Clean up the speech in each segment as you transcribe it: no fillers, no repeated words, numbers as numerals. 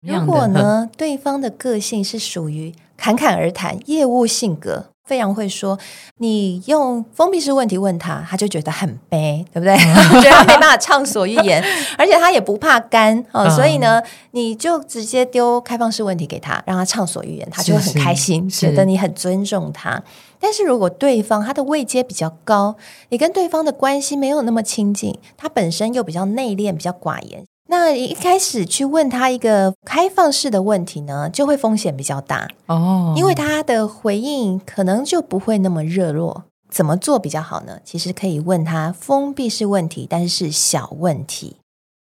如果呢，对方的个性是属于侃侃而谈、业务性格，非常会说，你用封闭式问题问他，他就觉得很悲，对不对？觉得他没办法畅所欲言，而且他也不怕干所以呢，你就直接丢开放式问题给他，让他畅所欲言，他就会很开心，觉得你很尊重他。但是如果对方他的位阶比较高，你跟对方的关系没有那么亲近，他本身又比较内敛、比较寡言，那一开始去问他一个开放式的问题呢，就会风险比较大因为他的回应可能就不会那么热络。怎么做比较好呢？其实可以问他封闭式问题，但是小问题。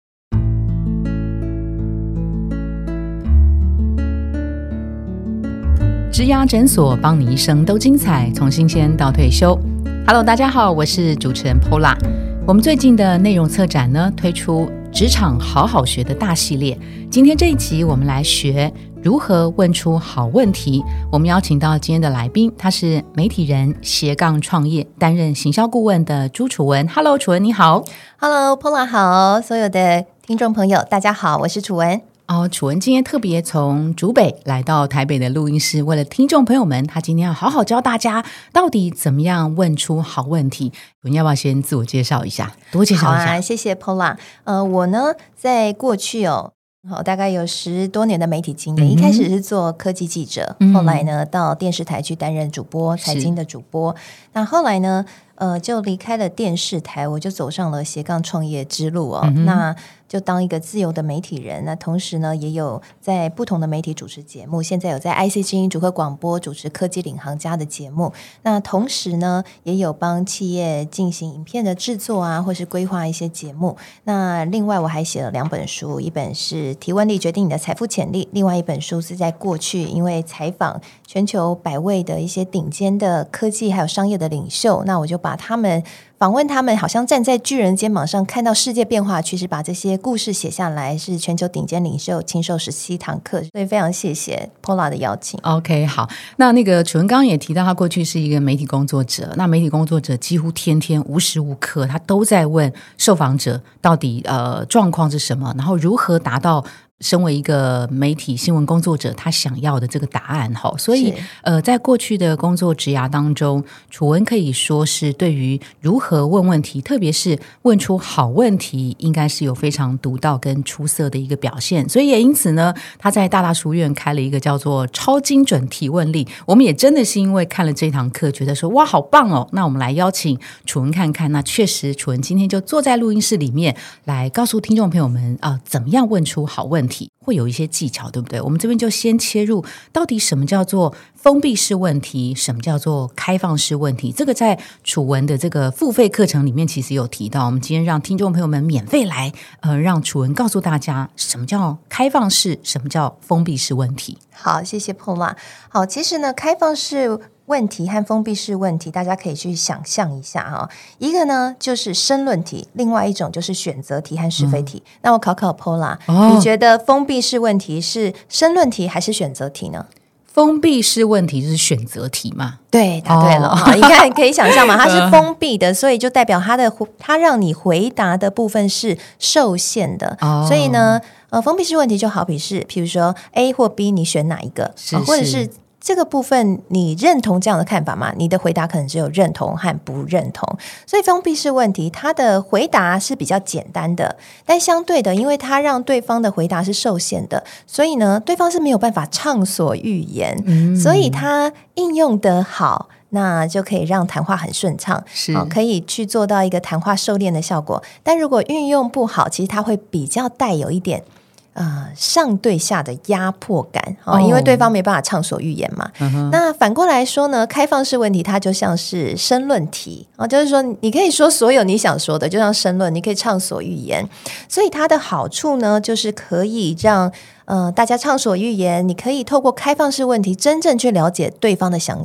职涯诊所，帮你一生都精彩，从新鲜到退休。Hello， 大家好，我是主持人 Paula。我们最近的内容策展呢，推出职场好好学的大系列。今天这一集，我们来学如何问出好问题。我们邀请到今天的来宾，他是媒体人斜杠创业，担任行销顾问的朱楚文。Hello， 楚文你好。 Hello， Paula 好，所有的听众朋友大家好，我是楚文。 楚文今天特别从竹北来到台北的录音室，为了听众朋友们，他今天要好好教大家到底怎么样问出好问题。你要不要先自我介绍一下，多介绍一下？ 谢谢 Paula。我呢，在过去大概有10多年的媒体经验，一开始是做科技记者，后来呢到电视台去担任主播，财经的主播。那后来呢就离开了电视台，我就走上了斜杠创业之路那就当一个自由的媒体人。那同时呢也有在不同的媒体主持节目，现在有在 IC 之音主客广播主持科技领航家的节目。那同时呢也有帮企业进行影片的制作或是规划一些节目。那另外我还写了2本书，一本是提问力决定你的财富潜力，另外一本书是在过去因为采访全球100位的一些顶尖的科技还有商业的领袖，那我就把他们访问他们，好像站在巨人肩膀上看到世界变化趋势，把这些故事写下来，是全球顶尖领袖亲授17堂课。所以非常谢谢 Paula 的邀请。 OK， 好。那个楚文刚刚也提到他过去是一个媒体工作者，那媒体工作者几乎天天无时无刻他都在问受访者到底状况是什么，然后如何达到身为一个媒体新闻工作者他想要的这个答案。所以在过去的工作职涯当中，楚文可以说是对于如何问问题，特别是问出好问题，应该是有非常独到跟出色的一个表现。所以也因此呢，他在大书院开了一个叫做超精准提问力。我们也真的是因为看了这堂课觉得说哇好棒那我们来邀请楚文看看。那确实楚文今天就坐在录音室里面来告诉听众朋友们怎么样问出好问题，会有一些技巧，对不对？我们这边就先切入到底什么叫做封闭式问题，什么叫做开放式问题。这个在楚文的这个付费课程里面其实有提到。我们今天让听众朋友们免费来让楚文告诉大家什么叫开放式，什么叫封闭式问题。 好，谢谢 Paula。 好，其实呢开放式问题和封闭式问题大家可以去想象一下一个呢就是申论题，另外一种就是选择题和是非题。那我考 Paula，你觉得封闭式问题是申论题还是选择题呢？ 封闭式问题就是选择题嘛？ 对，答对了你看可以想象嘛，它是封闭的，所以就代表它让你回答的部分是受限的所以呢封闭式问题就好比是譬如说 A 或 B 你选哪一个，或者是这个部分你认同这样的看法吗？你的回答可能只有认同和不认同。所以封闭式问题它的回答是比较简单的，但相对的因为它让对方的回答是受限的，所以呢对方是没有办法畅所欲言所以它应用得好，那就可以让谈话很顺畅，可以去做到一个谈话收敛的效果。但如果运用不好，其实它会比较带有一点上对下的压迫感因为对方没办法畅所欲言嘛那反过来说呢，开放式问题它就像是申论题就是说你可以说所有你想说的，就像申论，你可以畅所欲言。所以它的好处呢就是可以让大家畅所欲言，你可以透过开放式问题真正去了解对方的想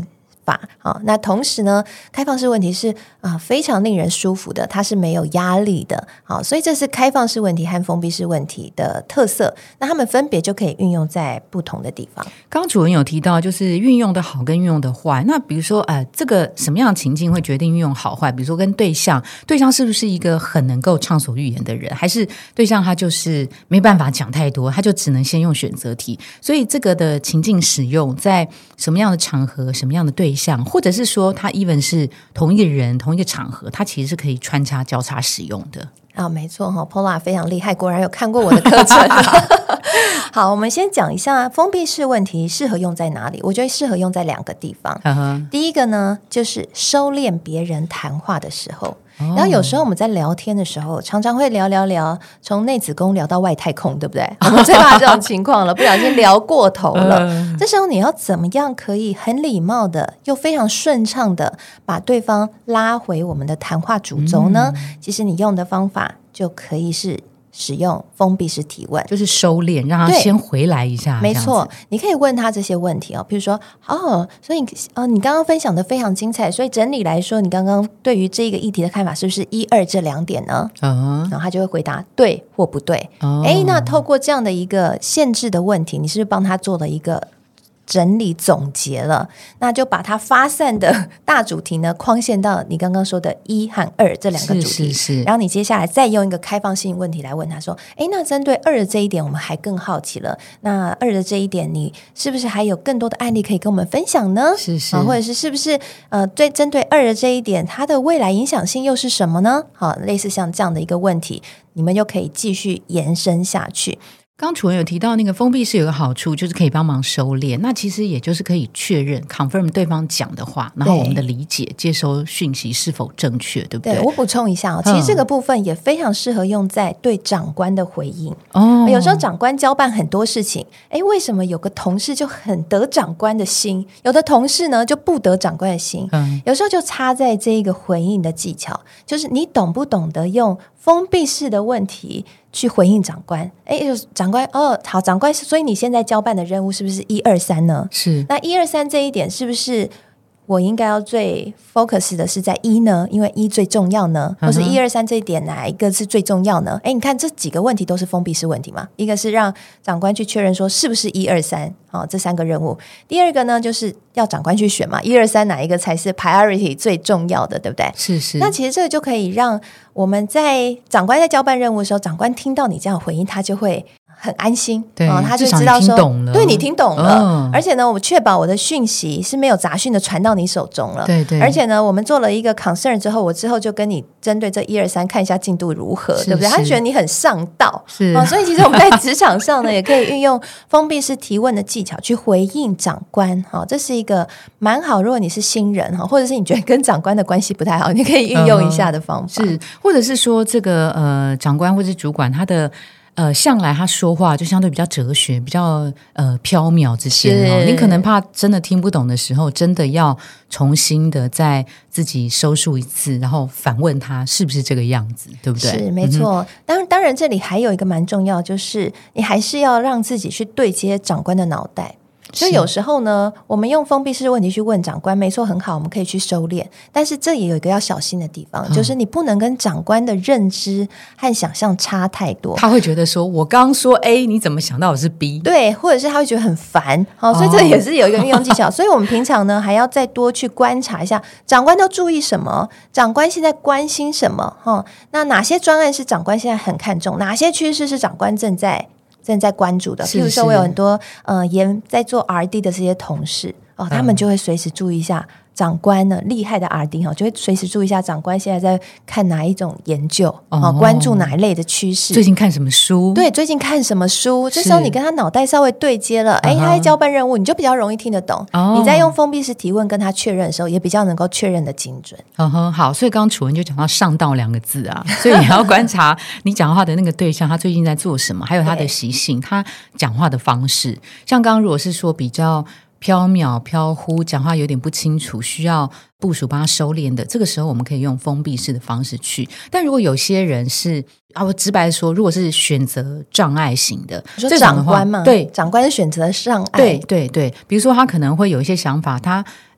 法。好，那同时呢，开放式问题是非常令人舒服的，它是没有压力的。好，所以这是开放式问题和封闭式问题的特色。那它们分别就可以运用在不同的地方。 刚主任有提到，就是运用的好跟运用的坏。那比如说，这个什么样的情境会决定运用好坏？比如说跟对象是不是一个很能够畅所欲言的人，还是对象他就是没办法讲太多，他就只能先用选择题？所以这个的情境使用在什么样的场合、什么样的对象，或者是说他 even 是同一个人、同一个场合，他其实是可以穿插交叉使用的。 没错Paula 非常厉害，果然有看过我的课程。好，我们先讲一下封闭式问题适合用在哪里。我觉得适合用在2个地方。第一个呢，就是收敛别人谈话的时候。然后有时候我们在聊天的时候，常常会聊，从内子宫聊到外太空，对不对？我们最怕这种情况了，不小心聊过头了。这时候你要怎么样可以很礼貌的又非常顺畅的把对方拉回我们的谈话主轴呢？其实你用的方法就可以是使用封闭式提问， 就是收敛，让他先回来一下。 没错，你可以问他这些问题比如说所以你刚刚分享的非常精彩，所以整体来说，你刚刚对于这个议题的看法是不是1、2这2点呢？然后他就会回答对或不对。那透过这样的一个限制的问题，你是不是帮他做了一个整理总结了？那就把它发散的大主题呢框限到你刚刚说的1和2这2个主题。是。然后你接下来再用一个开放性问题来问他说，那针对2的这一点我们还更好奇了，那2的这一点你是不是还有更多的案例可以跟我们分享呢？是或者是不是针对2的这一点它的未来影响性又是什么呢？类似像这样的一个问题，你们又可以继续延伸下去。 刚主任有提到那个封闭式有个好处，就是可以帮忙收敛，那其实也就是可以确认 confirm 对方讲的话，然后我们的理解接收讯息是否正确，对不对？ 对，我补充一下其实这个部分也非常适合用在对长官的回应。有时候长官交办很多事情，为什么有个同事就很得长官的心，有的同事呢就不得长官的心？有时候就差在这一个回应的技巧，就是你懂不懂得用封闭式的问题去回应长官。长官好，长官，所以你现在交办的任务是不是1、2、3呢？是。那1、2、3这一点是不是我应该要最 focus 的是在1呢？因为1最重要呢？或是1、2、3这一点哪一个是最重要呢？你看这几个问题都是封闭式问题嘛。一个是让长官去确认说是不是1、2、3这3个任务。第二个呢，就是要长官去选嘛，1、2、3哪一个才是 priority 最重要的，对不对？是。那其实这个就可以让我们在长官在交办任务的时候，长官听到你这样回应，他就会很安心。 对， 他就知道说对，你听懂了。而且呢，我确保我的讯息是没有杂讯的传到你手中了。对。而且呢，我们做了一个 concern 之后，我之后就跟你针对这1、2、3看一下进度如何，对不对？他觉得你很上道。所以其实我们在职场上呢，也可以运用封闭式提问的技巧去回应长官。这是一个蛮好，如果你是新人或者是你觉得跟长官的关系不太好，你可以运用一下的方法。是， 或者是说这个长官或是主管他的向来他说话就相对比较哲学，比较缥缈之间你可能怕真的听不懂的时候，真的要重新的再自己收束一次，然后反问他是不是这个样子，对不对？ 是，没错。当然这里还有一个蛮重要，就是你还是要让自己去对接长官的脑袋。所以有时候呢，我们用封闭式问题去问长官，没错，很好，我们可以去收敛。但是这也有一个要小心的地方，就是你不能跟长官的认知和想象差太多。 他会觉得说，我刚说 A， 你怎么想到我是 B？ 对，或者是他会觉得很烦。所以这也是有一个运用技巧。所以我们平常呢，还要再多去观察一下长官都注意什么，长官现在关心什么。那哪些专案是长官现在很看重，哪些趋势是长官正在关注的。譬如说我有很多在做 R&D 的这些同事他们就会随时注意一下长官呢，厉害的 R&D 就会随时注意一下长官现在在看哪一种研究关注哪一类的趋势， 最近看什么书。 对，最近看什么书，这时候你跟他脑袋稍微对接了他在交办任务，你就比较容易听得懂你在用封闭式提问跟他确认的时候，也比较能够确认的精准。 好，所以刚刚楚文就讲到上道2个字啊，所以你要观察你讲话的那个对象他最近在做什么，还有他的习性，他讲话的方式。像刚刚如果是说比较缥缈飘忽，讲话有点不清楚，需要部署帮他收敛的，这个时候我们可以用封闭式的方式去。但如果有些人是我直白说，如果是选择障碍型的， 说长官嘛，对，长官是选择障碍， 对，比如说他可能会有一些想法，他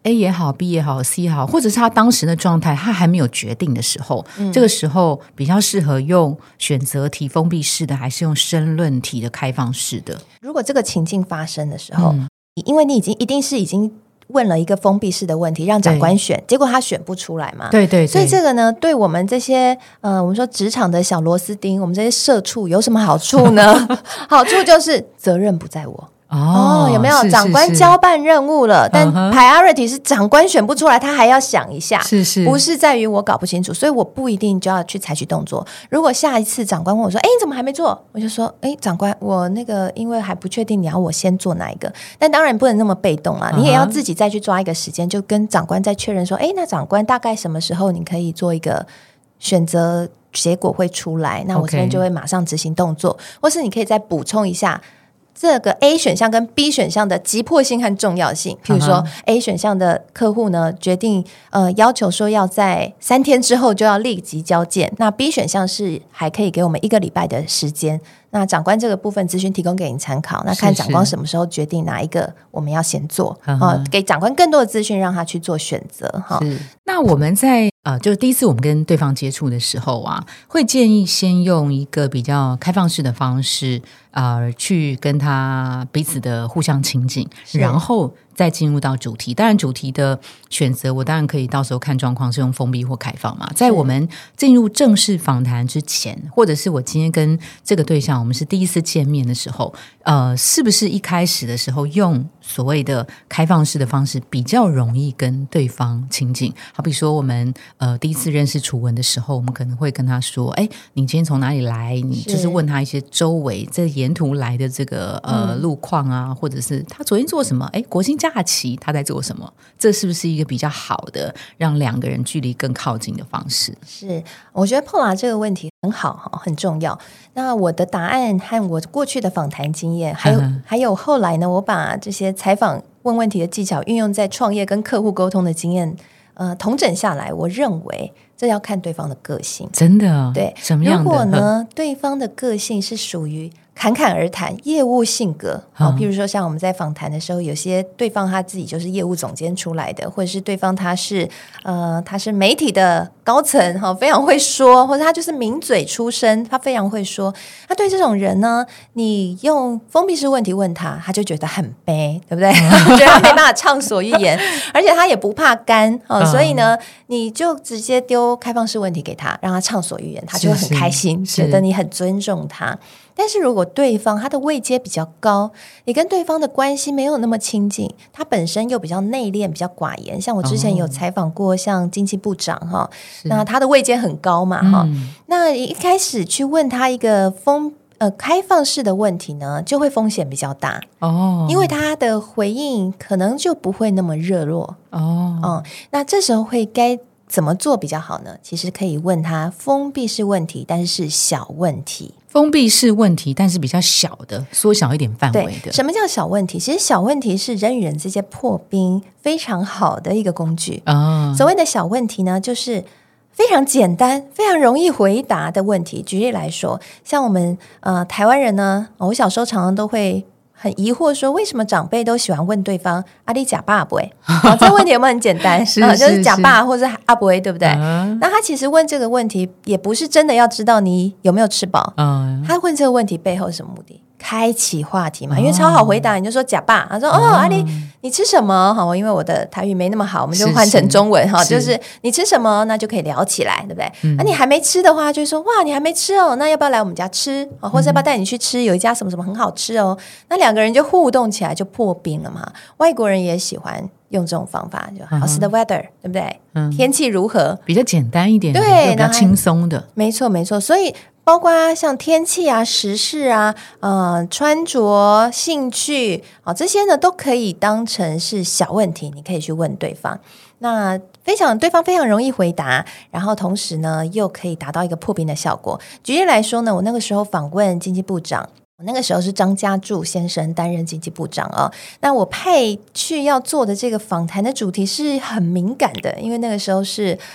A 也好 B 也好 C 也好，或者是他当时的状态他还没有决定的时候，这个时候比较适合用选择题封闭式的还是用申论题的开放式的？ 如果这个情境发生的时候，因为你一定是已经问了一个封闭式的问题让长官选，结果他选不出来嘛， 对对对， 所以这个呢对我们这些我们说职场的小螺丝钉，我们这些社畜有什么好处呢？好处就是责任不在我。有没有是长官交办任务了，但 priority 是长官选不出来，他还要想一下，不是在于我搞不清楚，所以我不一定就要去采取动作。如果下一次长官问我说你怎么还没做，我就说长官我那个因为还不确定你要我先做哪一个，但当然不能那么被动啊，你也要自己再去抓一个时间，就跟长官再确认说那长官大概什么时候你可以做一个选择，结果会出来，那我这边就会马上执行动作，或是你可以再补充一下这个 A 选项跟 B 选项的急迫性和重要性。譬如说 A 选项的客户呢决定要求说要在3天之后就要立即交件，那 B 选项是还可以给我们1个礼拜的时间，那长官这个部分资讯提供给你参考，那看长官什么时候决定哪一个我们要先做，给长官更多的资讯让他去做选择。 那我们在就是第一次我们跟对方接触的时候啊，会建议先用一个比较开放式的方式去跟他彼此的互相亲近，然后再进入到主题。当然主题的选择我当然可以到时候看状况是用封闭或开放嘛。在我们进入正式访谈之前，或者是我今天跟这个对象我们是第一次见面的时候，是不是一开始的时候用所谓的开放式的方式比较容易跟对方亲近？好比说我们第一次认识楚文的时候，我们可能会跟他说你今天从哪里来，你就是问他一些周围这沿途来的这个路况啊，或者是他昨天做什么，国庆假期他在做什么，这是不是一个比较好的让两个人距离更靠近的方式？ 是，我觉得 Paula 这个问题很好，很重要。那我的答案和我过去的访谈经验还有后来呢，我把这些采访问问题的技巧运用在创业跟客户沟通的经验统整下来，我认为这要看对方的个性。 真的？ 对， 什么样的？ 如果呢对方的个性是属于侃侃而谈业务性格，譬如说像我们在访谈的时候，有些对方他自己就是业务总监出来的，或者是对方他是媒体的高层，非常会说，或者他就是名嘴出身，他非常会说，那对这种人呢，你用封闭式问题问他，他就觉得很悲，对不对？觉得他没办法畅所欲言，而且他也不怕干，所以呢你就直接丢开放式问题给他，让他畅所欲言，他就会很开心，觉得你很尊重他。但是如果对方他的位阶比较高，你跟对方的关系没有那么亲近，他本身又比较内敛比较寡言，像我之前有采访过像经济部长那他的位阶很高嘛那一开始去问他一个开放式的问题呢，就会风险比较大因为他的回应可能就不会那么热络那这时候该怎么做比较好呢？其实可以问他封闭式问题，但是小问题。 封闭式问题但是比较小的，缩小一点范围的。 什么叫小问题？其实小问题是人与人之间破冰非常好的一个工具所谓的小问题呢，就是非常简单非常容易回答的问题。举例来说，像我们台湾人呢，我小时候常常都会很疑惑说，为什么长辈都喜欢问对方你假爸不这个问题有没有很简单就是假爸或者阿不对不对那他其实问这个问题也不是真的要知道你有没有吃饱他问这个问题背后是什么目的？开启话题嘛，因为超好回答，你就说假爸，他说你吃什么？因为我的台语没那么好，我们就换成中文就是你吃什么，那就可以聊起来，对不对？你还没吃的话，就说哇，你还没吃那要不要来我们家吃或者要不要带你去吃？有一家什么什么很好吃那两个人就互动起来，就破冰了嘛。外国人也喜欢用这种方法，就How's the weather，对不对？天气如何？ 比较简单一点， 对， 比较轻松的。 没错没错，所以包括像天气啊、时事啊、穿着、兴趣这些呢，都可以当成是小问题，你可以去问对方。那对方非常容易回答，然后同时呢，又可以达到一个破冰的效果。举例来说呢，我那个时候访问经济部长。我那个时候是张家柱先生担任经济部长那我派去要做的这个访谈的主题是很敏感的，因为那个时候是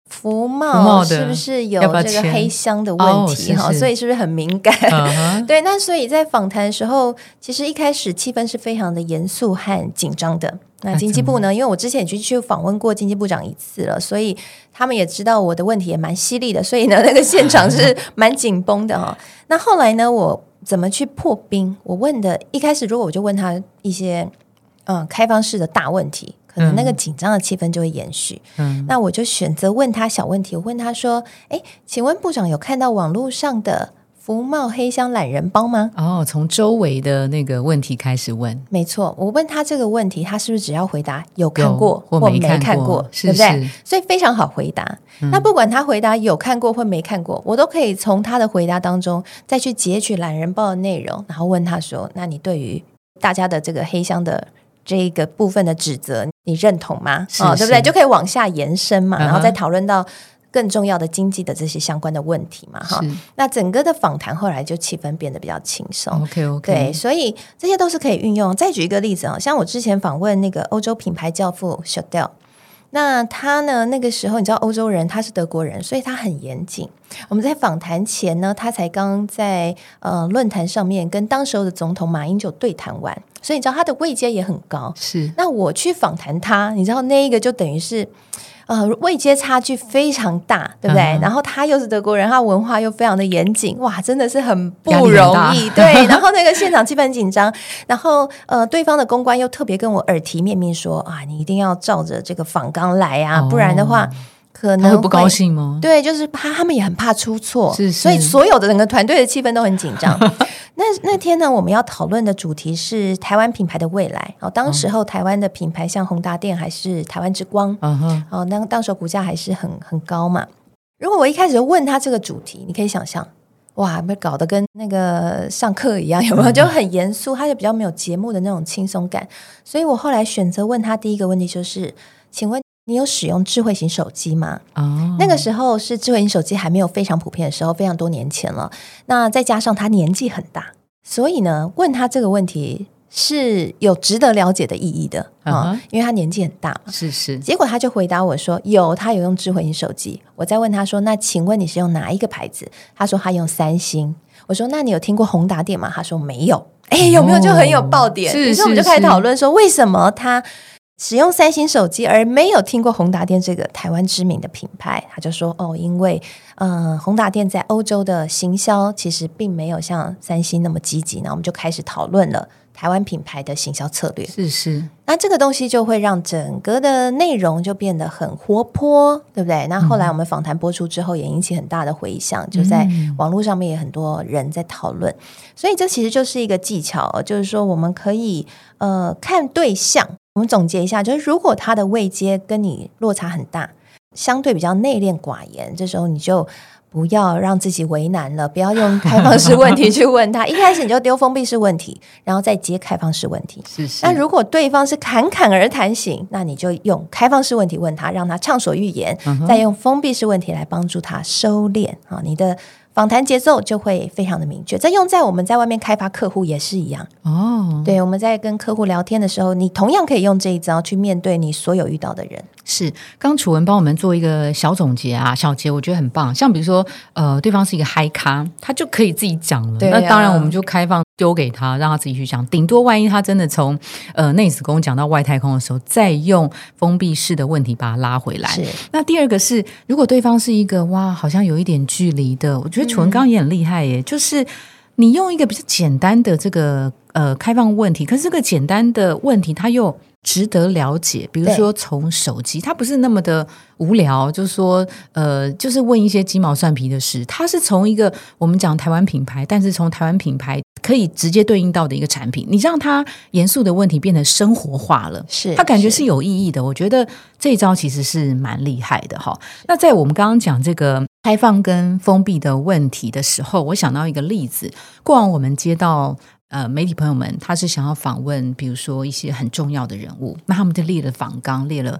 福茂是不是有这个黑箱的问题所以是不是很敏感对，那所以在访谈的时候其实一开始气氛是非常的严肃和紧张的。那经济部呢，因为我之前也去访问过经济部长一次了，所以他们也知道我的问题也蛮犀利的，所以呢那个现场是蛮紧绷的那后来呢我怎么去破冰，我问的一开始如果我就问他一些开放式的大问题，可能那个紧张的气氛就会延续那我就选择问他小问题。我问他说请问部长有看到网络上的福茂黑箱懒人包吗？ 从周围的那个问题开始问。 没错，我问他这个问题，他是不是只要回答有看过或没看过， 是对不对？所以非常好回答那不管他回答有看过或没看过，我都可以从他的回答当中再去截取懒人包的内容，然后问他说那你对于大家的这个黑箱的这个部分的指责你认同吗？对不对？就可以往下延伸嘛然后再讨论到更重要的经济的这些相关的问题嘛那整个的访谈后来就气氛变得比较轻松 OK 对，所以这些都是可以运用。再举一个例子像我之前访问那个欧洲品牌教父 Chanel， 那他呢那个时候你知道欧洲人他是德国人，所以他很严谨。我们在访谈前呢，他才刚在论坛上面跟当时候的总统马英九对谈完，所以你知道他的位阶也很高。 是， 那我去访谈他，你知道那一个就等于是位阶差距非常大，对不对？然后他又是德国人，他文化又非常的严谨，哇，真的是很不容易。对，然后那个现场气氛很紧张，然后对方的公关又特别跟我耳提面命说你一定要照着这个访纲来不然的话可能会不高兴吗？ 对，就是他们也很怕出错， 是所以所有的整个团队的气氛都很紧张那天呢，我们要讨论的主题是台湾品牌的未来当时候台湾的品牌像宏达电还是台湾之光当时候股价还是很高嘛。如果我一开始就问他这个主题，你可以想象哇，被搞得跟那个上课一样，有没有？就很严肃，他就比较没有节目的那种轻松感。所以我后来选择问他第一个问题就是请问你有使用智慧型手机吗？那个时候是智慧型手机还没有非常普遍的时候，非常多年前了。那再加上他年纪很大，所以呢问他这个问题是有值得了解的意义的因为他年纪很大嘛。 是。 结果他就回答我说他有用智慧型手机。我再问他说那请问你是用哪一个牌子？他说他用三星。我说那你有听过宏达电吗？他说没有。有没有就很有爆点于是我们就开始讨论说为什么他使用三星手机而没有听过宏达电这个台湾知名的品牌。他就说因为宏达电在欧洲的行销其实并没有像三星那么积极。那我们就开始讨论了台湾品牌的行销策略。 是。 那这个东西就会让整个的内容就变得很活泼，对不对？那后来我们访谈播出之后也引起很大的回响就在网络上面也很多人在讨论所以这其实就是一个技巧就是说我们可以看对象。我们总结一下，就是如果他的位阶跟你落差很大，相对比较内敛寡言，这时候你就不要让自己为难了，不要用开放式问题去问他一开始你就丢封闭式问题，然后再接开放式问题。 是。 那如果对方是侃侃而谈型，那你就用开放式问题问他，让他畅所欲言再用封闭式问题来帮助他收敛你的访谈节奏就会非常的明确。这用在我们在外面开发客户也是一样对，我们在跟客户聊天的时候，你同样可以用这一招去面对你所有遇到的人。 是，刚楚文帮我们做一个小总结小结我觉得很棒。像比如说对方是一个嗨咖，他就可以自己讲了那当然我们就开放丢给他，让他自己去讲。顶多万一他真的从内子宫讲到外太空的时候，再用封闭式的问题把他拉回来。那第二个是，如果对方是一个哇好像有一点距离的，我觉得楚文刚刚也很厉害耶就是你用一个比较简单的这个开放问题，可是这个简单的问题它又值得了解。比如说从手机，它不是那么的无聊，就是说就是问一些鸡毛蒜皮的事，它是从一个我们讲台湾品牌，但是从台湾品牌可以直接对应到的一个产品，你让它严肃的问题变得生活化了，它感觉是有意义的。我觉得这一招其实是蛮厉害的那在我们刚刚讲这个开放跟封闭的问题的时候，我想到一个例子。过往我们接到媒体朋友们他是想要访问比如说一些很重要的人物，那他们就列了访纲，列了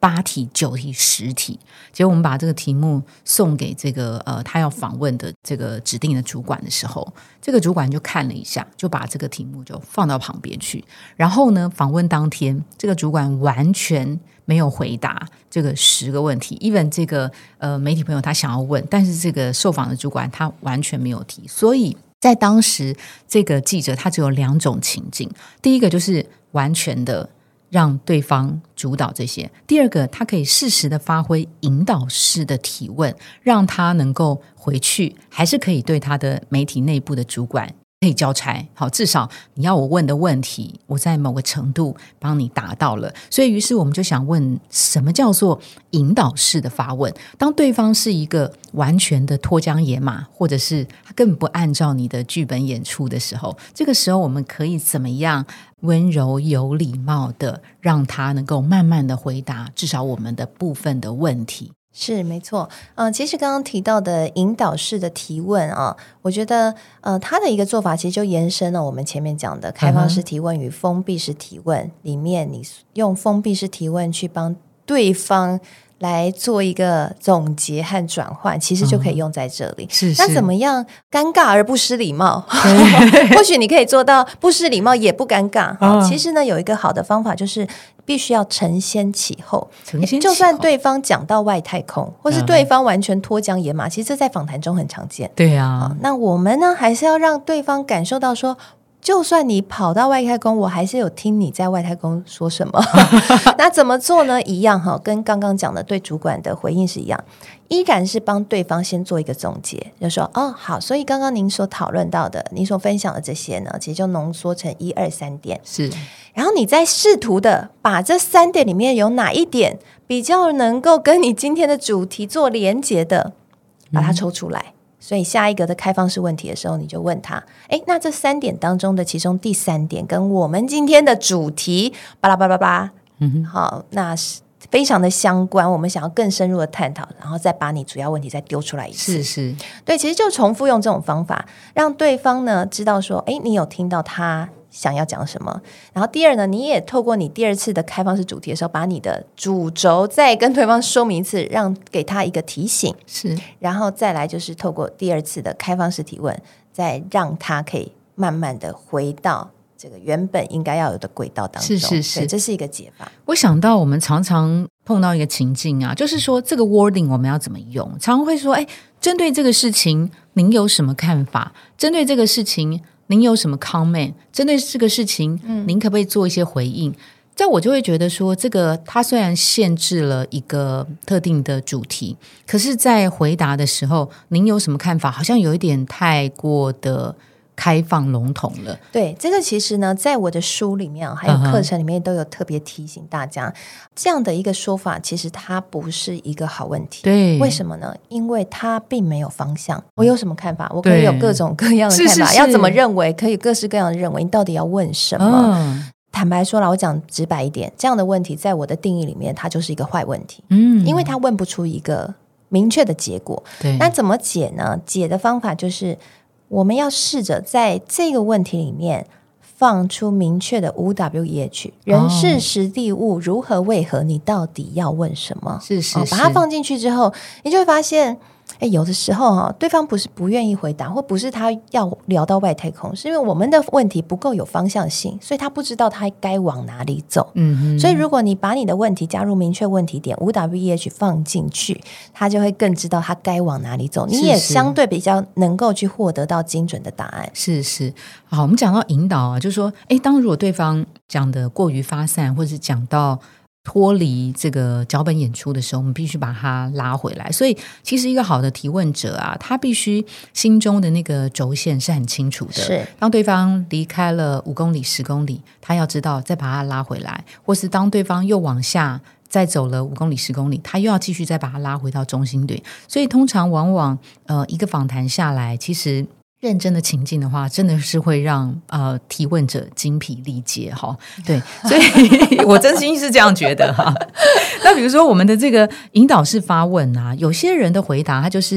8题、9题、10题，结果我们把这个题目送给这个他要访问的这个指定的主管的时候，这个主管就看了一下，就把这个题目就放到旁边去。然后呢，访问当天，这个主管完全没有回答这个10个问题 even 这个媒体朋友他想要问，但是这个受访的主管他完全没有提。所以在当时这个记者他只有2种情境，第一个就是完全的让对方主导这些，第二个他可以适时的发挥引导式的提问，让他能够回去还是可以对他的媒体内部的主管可以交差，好，至少你要我问的问题我在某个程度帮你达到了。所以于是我们就想问，什么叫做引导式的发问？当对方是一个完全的脱缰野马，或者是他根本不按照你的剧本演出的时候，这个时候我们可以怎么样温柔有礼貌的让他能够慢慢的回答至少我们的部分的问题。 是没错，其实刚刚提到的引导式的提问啊，我觉得它的一个做法其实就延伸了我们前面讲的开放式提问与封闭式提问，里面你用封闭式提问去帮对方来做一个总结和转换，其实就可以用在这里。 是那怎么样尴尬而不失礼貌？或许你可以做到不失礼貌也不尴尬。其实呢，有一个好的方法就是必须要承先启后。就算对方讲到外太空，或是对方完全脱缰野马，其实这在访谈中很常见。 对啊， 那我们呢，还是要让对方感受到说，就算你跑到外太空，我还是有听你在外太空说什么。那怎么做呢？一样哈，跟刚刚讲的对主管的回应是一样，依然是帮对方先做一个总结，就说好，所以刚刚您所讨论到的，您所分享的这些呢，其实就浓缩成1、2、3点。 是， 然后你再试图的把这3点里面有哪一点比较能够跟你今天的主题做连结的，把它抽出来。所以下一个的开放式问题的时候，你就问他，那这3点当中的其中第3点跟我们今天的主题巴拉巴拉巴拉，好，那是非常的相关，我们想要更深入的探讨，然后再把你主要问题再丢出来一次。 是， 对，其实就重复用这种方法，让对方呢知道说，你有听到他想要讲什么。然后第二呢，你也透过你第2次的开放式主题的时候，把你的主轴再跟对方说明一次，让给他一个提醒。 是， 然后再来就是透过第2次的开放式提问，再让他可以慢慢的回到这个原本应该要有的轨道当中。是，这是一个解法。 我想到我们常常碰到一个情境啊，就是说这个 wording 我们要怎么用，常常会说针对这个事情您有什么看法，针对这个事情您有什么 comment， 针对这个事情您可不可以做一些回应。这我就会觉得说，这个它虽然限制了一个特定的主题，可是在回答的时候您有什么看法好像有一点太过的开放笼统了。 对，这个其实呢在我的书里面还有课程里面都有特别提醒大家，这样的一个说法其实它不是一个好问题。 对， 为什么呢？因为它并没有方向。我有什么看法，我可以有各种各样的看法，要怎么认为，可以各式各样的认为，你到底要问什么？坦白说啦，我讲直白一点，这样的问题在我的定义里面它就是一个坏问题。因为它问不出一个明确的结果。 对， 那怎么解呢？解的方法就是我们要试着在这个问题里面放出明确的 5W1H 人事时地物如何为何，你到底要问什么？ 是， 把它放进去之后，你就会发现有的时候对方不是不愿意回答，或不是他要聊到外太空，是因为我们的问题不够有方向性，所以他不知道他该往哪里走。所以如果你把你的问题加入明确问题点 5W1H 放进去，他就会更知道他该往哪里走，你也相对比较能够去获得到精准的答案。 是，好，我们讲到引导啊，就是说当如果对方讲的过于发散，或是讲到脱离这个脚本演出的时候，我们必须把它拉回来。所以其实一个好的提问者啊，他必须心中的那个轴线是很清楚的。 是， 当对方离开了5公里10公里，他要知道再把它拉回来，或是当对方又往下再走了5公里10公里，他又要继续再把它拉回到中心点。所以通常往往一个访谈下来，其实认真的情境的话，真的是会让提问者精疲力竭哈。对，所以我真心是这样觉得哈。那比如说我们的这个引导式发问啊，有些人的回答他就是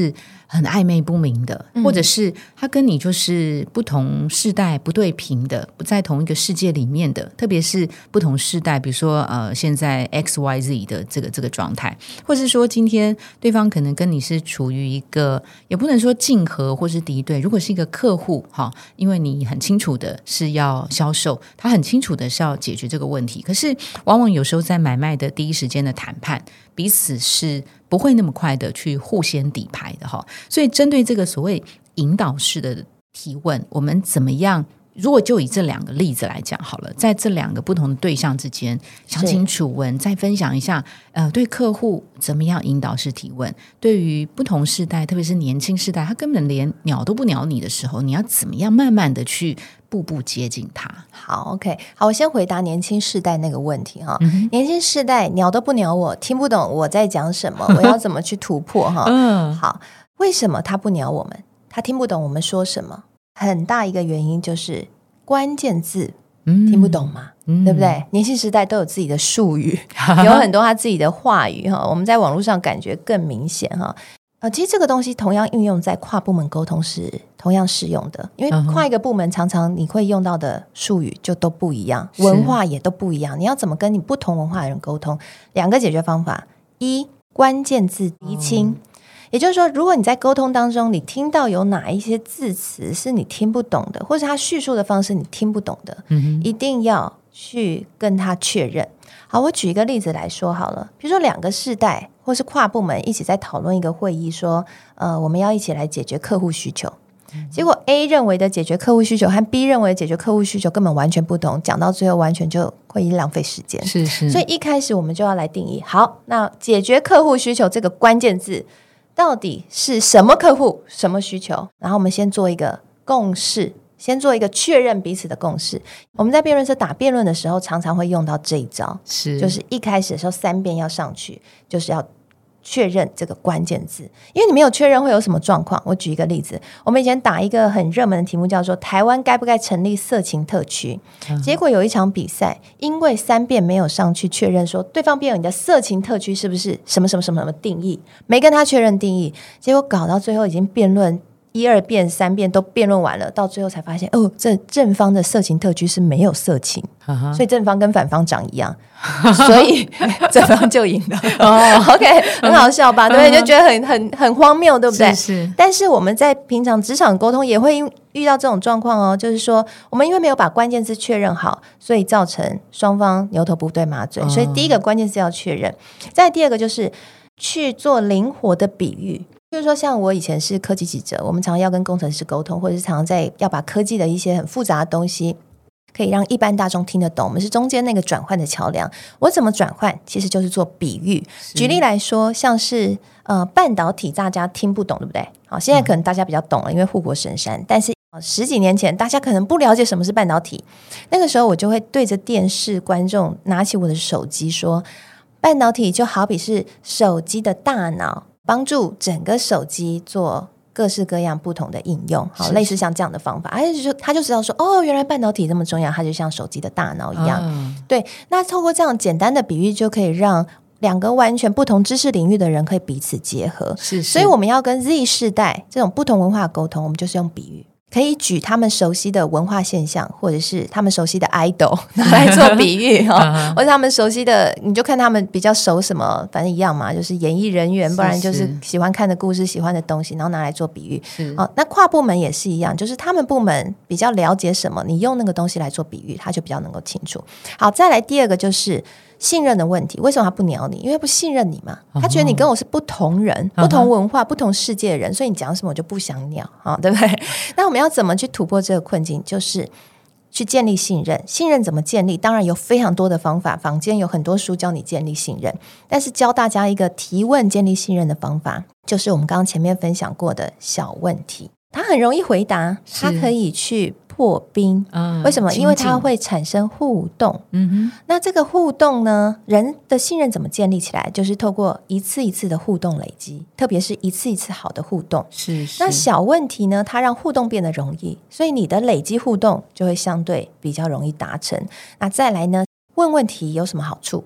很暧昧不明的，或者是他跟你就是不同世代不对频的，不在同一个世界里面的，特别是不同世代，比如说现在 XYZ 的这个状态，或是说今天对方可能跟你是处于一个也不能说竞合或是敌对，如果是一个客户因为你很清楚的是要销售，他很清楚的是要解决这个问题，可是往往有时候在买卖的第一时间的谈判，彼此是不会那么快的去互先底牌的所以针对这个所谓引导式的提问，我们怎么样，如果就以这2个例子来讲好了，在这2个不同的对象之间详情楚文再分享一下对客户怎么样引导式提问，对于不同世代特别是年轻世代，他根本连鸟都不鸟你的时候，你要怎么样慢慢的去步步接近他。 好 OK， 好，我先回答年轻世代那个问题年轻世代鸟都不鸟我，听不懂我在讲什么，我要怎么去突破好，为什么他不鸟我们，他听不懂我们说什么，很大一个原因就是关键字听不懂嘛对不对？年轻时代都有自己的术语有很多他自己的话语我们在网络上感觉更明显其实这个东西同样运用在跨部门沟通是同样适用的，因为跨一个部门常常你会用到的术语就都不一样，文化也都不一样，你要怎么跟你不同文化的人沟通？2个解决方法，一，关键字厘清也就是说，如果你在沟通当中你听到有哪一些字词是你听不懂的，或是他叙述的方式你听不懂的一定要去跟他确认。好，我举一个例子来说好了，比如说2个世代或是跨部门一起在讨论一个会议说我们要一起来解决客户需求，结果 A 认为的解决客户需求和 B 认为的解决客户需求根本完全不同，讲到最后完全就会浪费时间。 是所以一开始我们就要来定义好，那解决客户需求这个关键字到底是什么客户什么需求，然后我们先做一个共识，先做一个确认彼此的共识。我们在辩论社打辩论的时候常常会用到这一招，就是一开始的时候3遍要上去，就是要确认这个关键字，因为你没有确认会有什么状况。我举一个例子，我们以前打一个很热门的题目叫做台湾该不该成立色情特区，结果有一场比赛因为3遍没有上去确认说对方辩友你的色情特区是不是什么什么什么什么定义，没跟他确认定义，结果搞到最后已经辩论1、2遍、3遍都辩论完了，到最后才发现这正方的色情特区是没有色情所以正方跟反方长一样所以正方就赢了OK， 很好笑吧对不对？你就觉得很荒谬对不对？ 是但是我们在平常职场沟通也会遇到这种状况就是说我们因为没有把关键字确认好，所以造成双方牛头不对马嘴所以第一个关键字要确认，再第2个就是去做灵活的比喻。比如说像我以前是科技记者，我们常常要跟工程师沟通，或者是常常要把科技的一些很复杂的东西可以让一般大众听得懂，我们是中间那个转换的桥梁。我怎么转换其实就是做比喻。举例来说，像是半导体大家听不懂对不对？好，现在可能大家比较懂了因为护国神山，但是10几年前大家可能不了解什么是半导体，那个时候我就会对着电视观众拿起我的手机说，半导体就好比是手机的大脑，帮助整个手机做各式各样不同的应用，好，类似像这样的方法，他就知道说原来半导体这么重要，它就像手机的大脑一样对，那透过这样简单的比喻就可以让2个完全不同知识领域的人可以彼此结合所以我们要跟 Z 世代这种不同文化沟通，我们就是用比喻，可以举他们熟悉的文化现象，或者是他们熟悉的 idol 拿来做比喻或者他们熟悉的，你就看他们比较熟什么，反正一样嘛，就是演艺人员，不然就是喜欢看的故事，喜欢的东西，然后拿来做比喻那跨部门也是一样，就是他们部门比较了解什么，你用那个东西来做比喻，他就比较能够清楚。好，再来第2个就是信任的问题。为什么他不鸟你？因为不信任你嘛，他觉得你跟我是不同人不同文化不同世界的人，所以你讲什么我就不想鸟对不对？那我们要怎么去突破这个困境？就是去建立信任。信任怎么建立？当然有非常多的方法，坊间有很多书教你建立信任，但是教大家一个提问建立信任的方法，就是我们刚刚前面分享过的小问题。他很容易回答，他可以去破冰为什么？因为它会产生互动那这个互动呢，人的信任怎么建立起来？就是透过一次一次的互动累积，特别是一次一次好的互动那小问题呢，它让互动变得容易，所以你的累积互动就会相对比较容易达成。那再来呢，问问题有什么好处？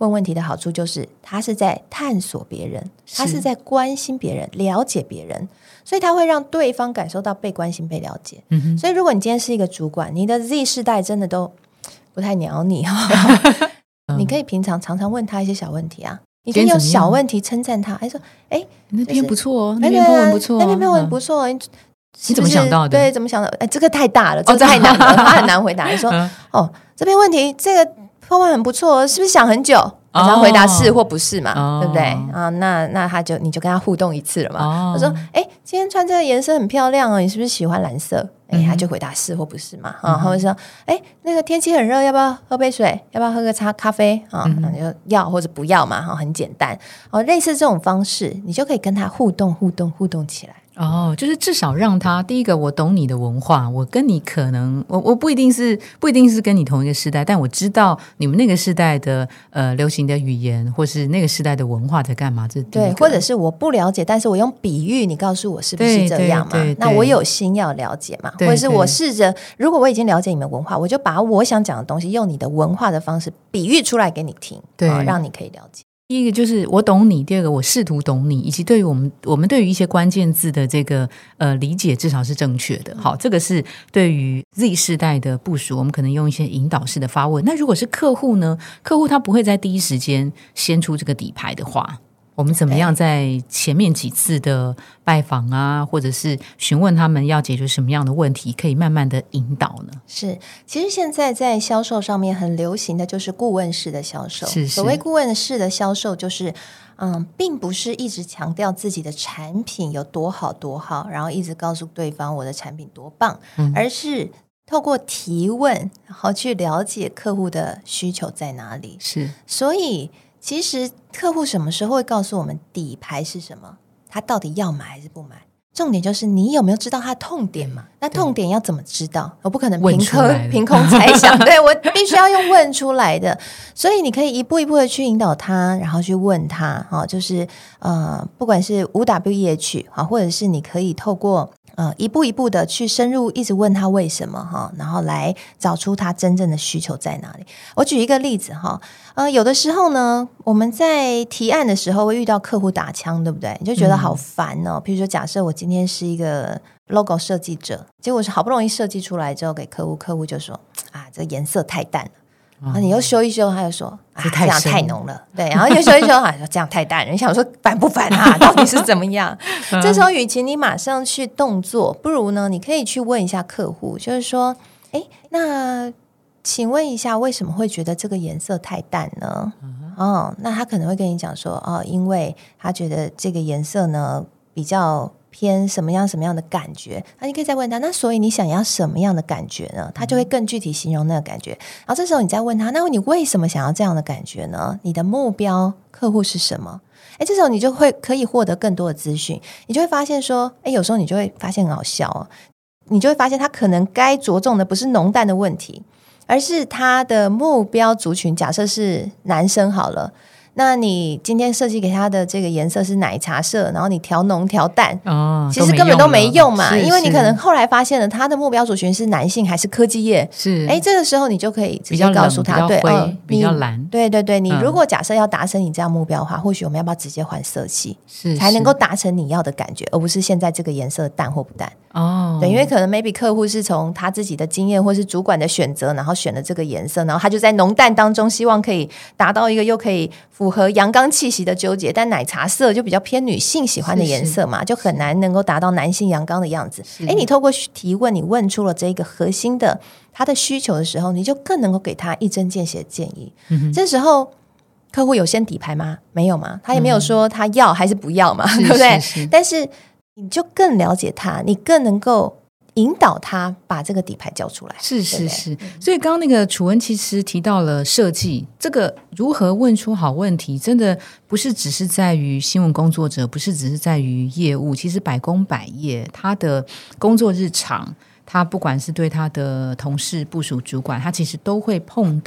问问题的好处就是他是在探索别人，他是在关心别人，了解别人，所以他会让对方感受到被关心被了解。所以如果你今天是一个主管，你的 Z 世代真的都不太鸟你你可以平常常问他一些小问题啊，已经有小问题称赞他，还说那篇不错那篇 po 文不错那篇 po 文不错你怎么想到的？ 对，怎么想的？这个太大了，这个太难了，他很难回答。你说这篇问题这个 po 文很不错，是不是想很久？然后回答是或不是嘛，对不对啊？那你就跟他互动一次了嘛。我说今天穿这个颜色很漂亮你是不是喜欢蓝色？他就回答是或不是嘛。或者说那个天气很热，要不要喝杯水？要不要喝个咖啡那你就要或者不要嘛，很简单类似这种方式，你就可以跟他互动起来。 就是至少让他第一个，我懂你的文化，我跟你可能我不一定是跟你同一个世代，但我知道你们那个世代的流行的语言，或是那个世代的文化在干嘛，这对，或者是我不了解，但是我用比喻，你告诉我是不是这样嘛？那我有心要了解嘛，或者是我试着，如果我已经了解你们文化，我就把我想讲的东西用你的文化的方式比喻出来给你听，让你可以了解。 第一个就是我懂你，第二个我试图懂你，以及对于我们对于一些关键字的这个理解至少是正确的。好，这个是对于 Z 世代的部署，我们可能用一些引导式的发问。那如果是客户呢？客户他不会在第一时间先出这个底牌的话，我们怎么样在前面几次的拜访啊，或者是询问他们要解决什么样的问题，可以慢慢的引导呢？ 是，其实现在在销售上面很流行的就是顾问式的销售。所谓顾问式的销售就是并不是一直强调自己的产品有多好多好，然后一直告诉对方我的产品多棒，而是透过提问然后去了解客户的需求在哪里。 是， 所以其实客户什么时候会告诉我们底牌是什么，他到底要买还是不买，重点就是你有没有知道他的痛点嘛？那痛点要怎么知道？我不可能凭空猜想对，我必须要用问出来的。所以你可以一步一步的去引导他，然后去问他就是不管是5WEH 或者是你可以透过一步一步的去深入一直问他为什么然后来找出他真正的需求在哪里。我举一个例子有的时候呢，我们在提案的时候会遇到客户打枪，对不对？你就觉得好烦比如说假设我今天是一个 logo 设计者，结果是好不容易设计出来之后给客户，客户就说这颜色太淡了，然后你又修一修，他就说这样太浓了，对，然后又修一修说这样太淡了，你想说烦不烦到底是怎么样这时候与其你马上去动作，不如呢你可以去问一下客户，就是说那请问一下为什么会觉得这个颜色太淡呢？那他可能会跟你讲说因为他觉得这个颜色呢比较偏什么样的感觉，那你可以再问他，那所以你想要什么样的感觉呢？他就会更具体形容那个感觉，然后这时候你再问他，那你为什么想要这样的感觉呢？你的目标客户是什么？这时候你就会可以获得更多的资讯，你就会发现说有时候你就会发现很好笑你就会发现他可能该着重的不是浓淡的问题，而是他的目标族群假设是男生好了，那你今天设计给他的这个颜色是奶茶色，然后你调浓调淡其实根本都没用嘛，因为你可能后来发现了他的目标族群是男性还是科技业， 是这个时候你就可以直接告诉他，对， 比较蓝， 对对对，你如果假设要达成你这样目标的话，或许我们要不要直接换色系， 是才能够达成你要的感觉，而不是现在这个颜色淡或不淡对，因为可能 maybe 客户是从他自己的经验或是主管的选择，然后选了这个颜色，然后他就在浓淡当中希望可以达到一个又可以符合阳刚气息的纠结，但奶茶色就比较偏女性喜欢的颜色嘛，就很难能够达到男性阳刚的样子。你透过提问，你问出了这个核心的他的需求的时候，你就更能够给他一针见血的建议。这时候客户有先底牌吗？没有嘛，他也没有说他要还是不要嘛，对不对？但是你就更了解他，你更能够引导他把这个底牌交出来。 是，所以刚刚那个楚文其实提到了设计，这个如何问出好问题，真的不是只是在于新闻工作者，不是只是在于业务，其实百工百业，他的工作日常，他不管是对他的同事、部属、主管，他其实都会碰到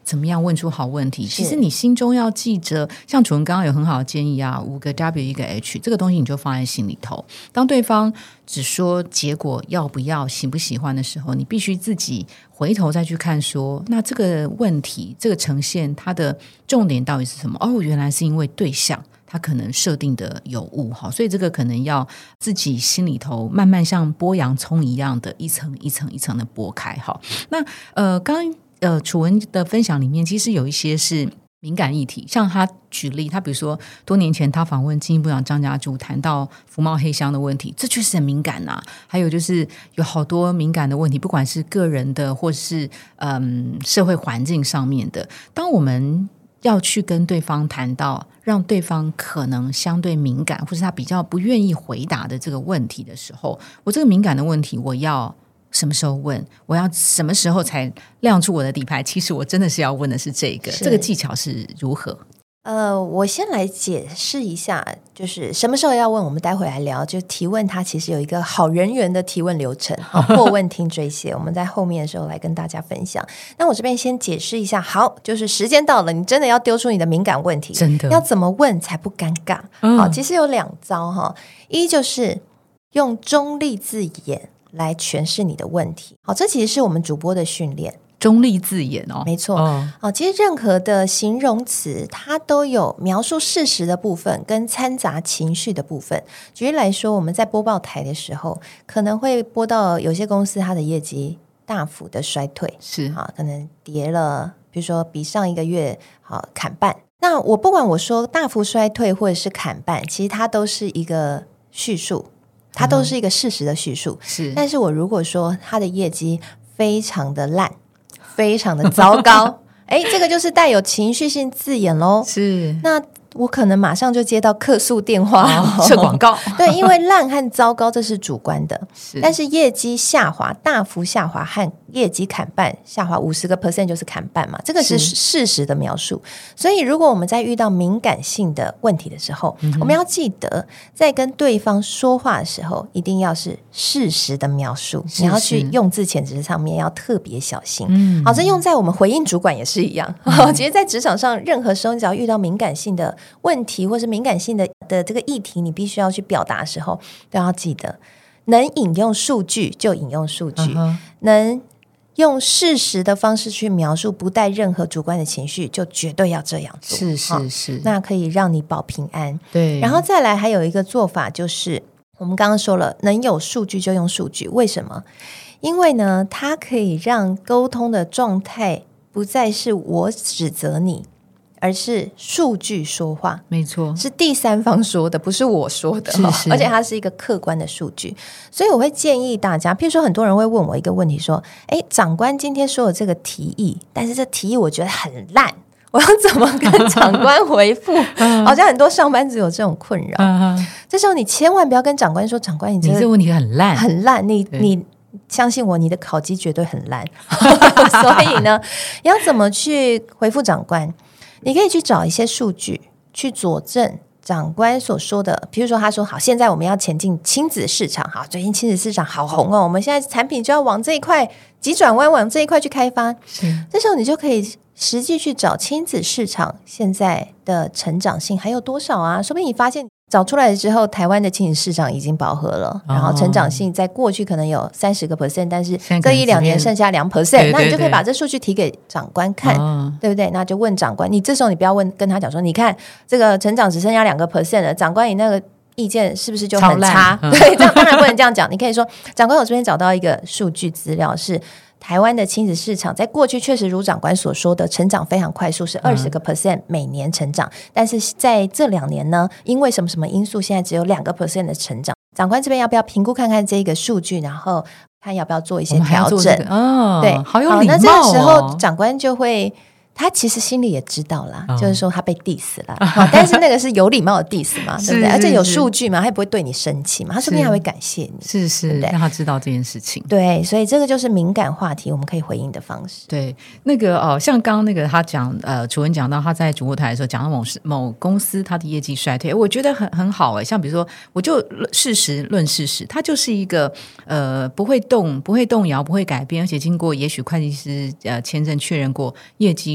怎么样问出好问题。其实你心中要记着，像楚文刚刚有很好的建议啊，5个 W 1个 H， 这个东西你就放在心里头。当对方只说结果要不要喜不喜欢的时候，你必须自己回头再去看说，那这个问题这个呈现它的重点到底是什么。原来是因为对象他可能设定的有误，所以这个可能要自己心里头慢慢像剥洋葱一样的一层一层一层的剥开。那刚楚文的分享里面其实有一些是敏感议题，像他举例，他比如说多年前他访问经济部长张家柱，谈到福茂黑箱的问题，这确实很敏感啊。还有就是有好多敏感的问题，不管是个人的或是社会环境上面的，当我们要去跟对方谈到让对方可能相对敏感或是他比较不愿意回答的这个问题的时候，我这个敏感的问题我要什么时候问，我要什么时候才亮出我的底牌，其实我真的是要问的是这个技巧是如何。 我先来解释一下，就是什么时候要问，我们待会来聊。就提问它其实有一个好人缘的提问流程，破问听追写，我们在后面的时候来跟大家分享。那我这边先解释一下，好，就是时间到了，你真的要丢出你的敏感问题， 真的要怎么问才不尴尬？好，其实有2招哈，一就是用中立字眼来诠释你的问题。好，这其实是我们主播的训练。 中立字眼没错其实任何的形容词它都有描述事实的部分跟掺杂情绪的部分。举例来说，我们在播报台的时候可能会播到有些公司它的业绩大幅的衰退， 是可能跌了，比如说比上一个月砍半。那我不管我说大幅衰退或者是砍半，其实它都是一个叙述，它都是一个事实的叙述。 是， 但是我如果说它的业绩非常的烂，非常的糟糕这个就是带有情绪性字眼咯。 是， 那我可能马上就接到客诉电话设广告对，因为烂和糟糕这是主观的，但是业绩下滑大幅下滑和业绩砍半下滑50% 就是砍半嘛，这个是事实的描述。所以如果我们在遇到敏感性的问题的时候，我们要记得在跟对方说话的时候一定要是事实的描述，你要去用字遣词上面要特别小心。好，这用在我们回应主管也是一样其实在职场上任何时候你只要遇到敏感性的问题或是敏感性的这个议题，你必须要去表达的时候都要记得能引用数据就引用数据能用事实的方式去描述，不带任何主观的情绪，就绝对要这样做。 是那可以让你保平安。 对， 然后再来还有一个做法，就是我们刚刚说了，能有数据就用数据。为什么？因为呢，它可以让沟通的状态不再是我指责你，而是数据说话。没错，是第三方说的，不是我说的。而且它是一个客观的数据。所以我会建议大家，譬如说很多人会问我一个问题说，长官今天说的这个提议，但是这提议我觉得很烂，我要怎么跟长官回复好像很多上班族有这种困扰这时候你千万不要跟长官说，长官你这个问题很烂很烂，你相信我，你的烤鸡绝对很烂所以呢，要怎么去回复长官？你可以去找一些数据去佐证长官所说的。比如说他说好，现在我们要前进亲子市场，好，最近亲子市场好红我们现在产品就要往这一块急转弯，往这一块去开发。这时候你就可以实际去找亲子市场现在的成长性还有多少啊，说不定你发现找出来之后，台湾的亲子市场已经饱和了，然后成长性在过去可能有30%，但是这1-2年剩下2%，那你就可以把这数据提给长官看，对不对？那就问长官，你这时候你不要跟他讲说，你看这个成长只剩下2%了，长官你那个意见是不是就很差？对，这样当然不能这样讲。你可以说，长官，我这边找到一个数据资料是。台湾的亲子市场在过去确实如长官所说的成长非常快速，是20% 每年成长，但是在这2年呢，因为什么什么因素，现在只有2% 的成长。长官这边要不要评估看看这个数据，然后看要不要做一些调整？对， 好有礼貌那这个时候长官就会。他其实心里也知道啦，就是说他被 diss 了但是那个是有礼貌的 diss 嘛对不对？而且有数据嘛，他也不会对你生气嘛，他说不定还会感谢你， 是让他知道这件事情。 对，所以这个就是敏感话题我们可以回应的方式。 对，那个像刚刚那个他讲楚文讲到他在主播台的时候讲到某公司他的业绩衰退，我觉得很好像比如说我就事实论事实，它就是一个不会动摇不会改变，而且经过也许会计师签证确认过业绩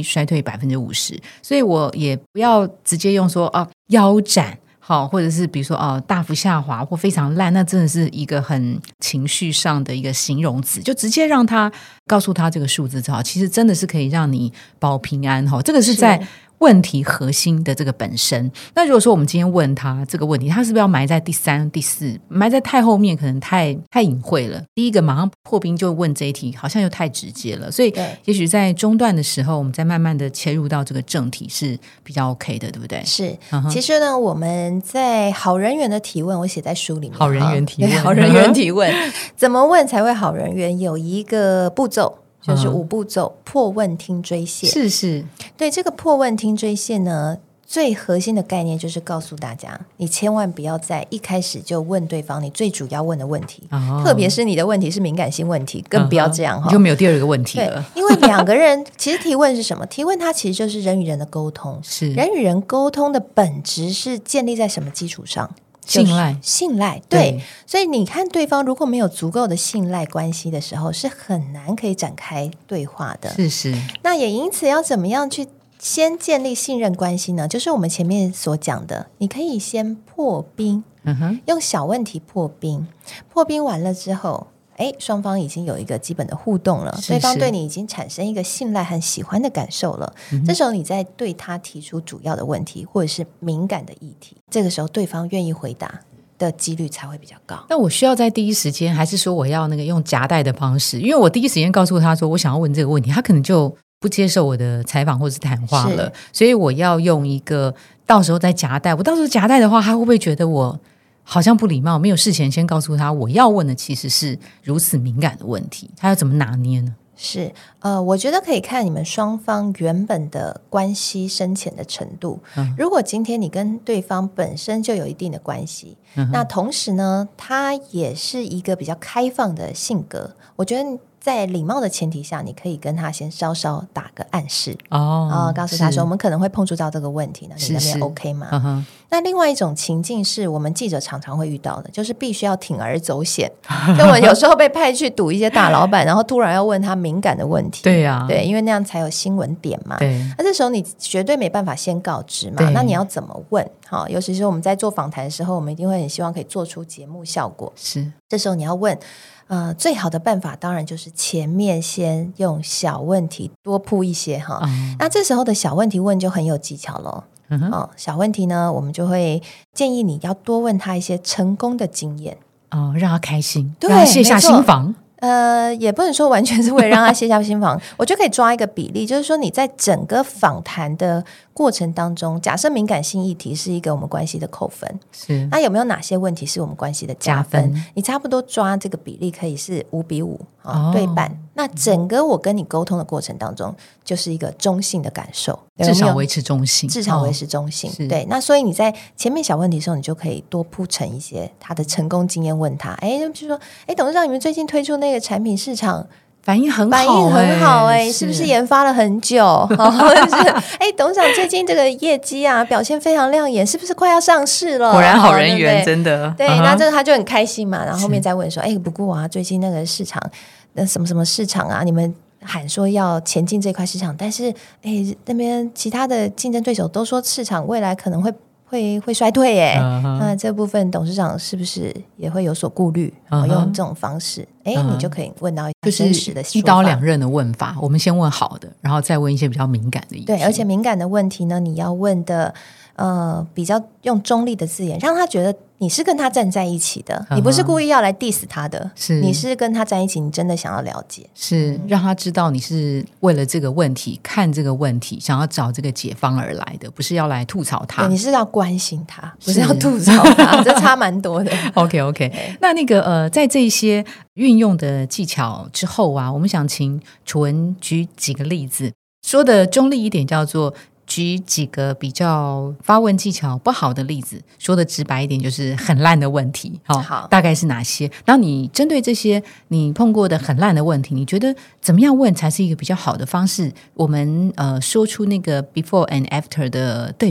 衰退50%，所以我也不要直接用说腰斩好，或者是比如说大幅下滑或非常烂，那真的是一个很情绪上的一个形容词，就直接让他告诉他这个数字就好，其实真的是可以让你保平安这个是在问题核心的这个本身。那如果说我们今天问他这个问题，他是不是要埋在第3、第4，埋在太后面可能太隐晦了，第一个马上破冰就问这一题好像又太直接了，所以也许在中段的时候我们再慢慢的切入到这个正题是比较 OK 的，对不对？ 是其实呢我们在好人缘的提问我写在书里面， 好人缘提问好人缘提问怎么问才会好人缘，有一个步骤就是5步骤，破问听追现。是对，这个破问听追现呢，最核心的概念就是告诉大家，你千万不要在一开始就问对方你最主要问的问题，特别是你的问题是敏感性问题，更不要这样， 你就没有第二个问题了。 因为两个人其实提问是什么？提问它其实就是人与人的沟通，是人与人沟通的本质是建立在什么基础上？信赖，对，所以你看对方如果没有足够的信赖关系的时候，是很难可以展开对话的。是，那也因此要怎么样去先建立信任关系呢？就是我们前面所讲的，你可以先破冰，用小问题破冰，破冰完了之后双方已经有一个基本的互动了，对方对你已经产生一个信赖和喜欢的感受了，这时候你再对他提出主要的问题或者是敏感的议题，这个时候对方愿意回答的几率才会比较高。 那我需要在第一时间，还是说我要那个用夹带的方式？因为我第一时间告诉他说我想要问这个问题，他可能就不接受我的采访或是谈话了，所以我要用一个到时候再夹带。我到时候夹带的话，他会不会觉得我好像不礼貌，没有事前先告诉他我要问的其实是如此敏感的问题，他要怎么拿捏呢？ 是我觉得可以看你们双方原本的关系深浅的程度，如果今天你跟对方本身就有一定的关系，那同时呢他也是一个比较开放的性格，我觉得在礼貌的前提下，你可以跟他先稍稍打个暗示告诉他说我们可能会碰触到这个问题，那你那边 OK 吗？那另外一种情境是我们记者常常会遇到的，就是必须要铤而走险就我们有时候被派去堵一些大老板然后突然要问他敏感的问题，对，因为那样才有新闻点嘛，那这时候你绝对没办法先告知嘛，那你要怎么问？尤其是我们在做访谈的时候，我们一定会很希望可以做出节目效果，是这时候你要问最好的办法当然就是前面先用小问题多铺一些那这时候的小问题问就很有技巧咯。小问题呢我们就会建议你要多问他一些成功的经验让他开心，让他卸下心防。 也不能说完全是为了让他卸下心防我就可以抓一个比例，就是说你在整个访谈的过程当中，假设敏感性议题是一个我们关系的扣分，是那有没有哪些问题是我们关系的加分？你差不多抓这个比例可以是5:5对半，那整个我跟你沟通的过程当中就是一个中性的感受， 至少维持中性， 对，那所以你在前面小问题的时候，你就可以多铺陈一些他的成功经验，问他就说董事长你们最近推出那个产品市场反应很好是不是研发了很久董事长最近这个业绩表现非常亮眼，是不是快要上市了？ 果然好人缘，真的对，那这个他就很开心嘛，然后后面再问说不过最近那个市场什么什么市场你们喊说要前进这块市场，但是那边其他的竞争对手都说市场未来可能会衰退那这部分董事长是不是也会有所顾虑用这种方式你就可以问到真实的一刀两刃的问法，我们先问好的，然后再问一些比较敏感的议题。 对，而且敏感的问题呢，你要问的比较用中立的字眼，让他觉得你是跟他站在一起的，你不是故意要来 diss 他的，你是跟他在一起，你真的想要了解， 是让他知道你是为了这个问题看这个问题，想要找这个解方而来的，不是要来吐槽他。 对，你是要关心他，不是要吐槽他这差蛮多的。 OK， 那个在这些运用的技巧之后我们想请楚文举几个例子，说的中立一点叫做举几个比较发问技巧不好的例子，说的直白一点就是很烂的问题好，大概是哪些？然后你针对这些你碰过的很烂的问题，你觉得怎么样问才是一个比较好的方式？我们说出那个 before and after 的对比，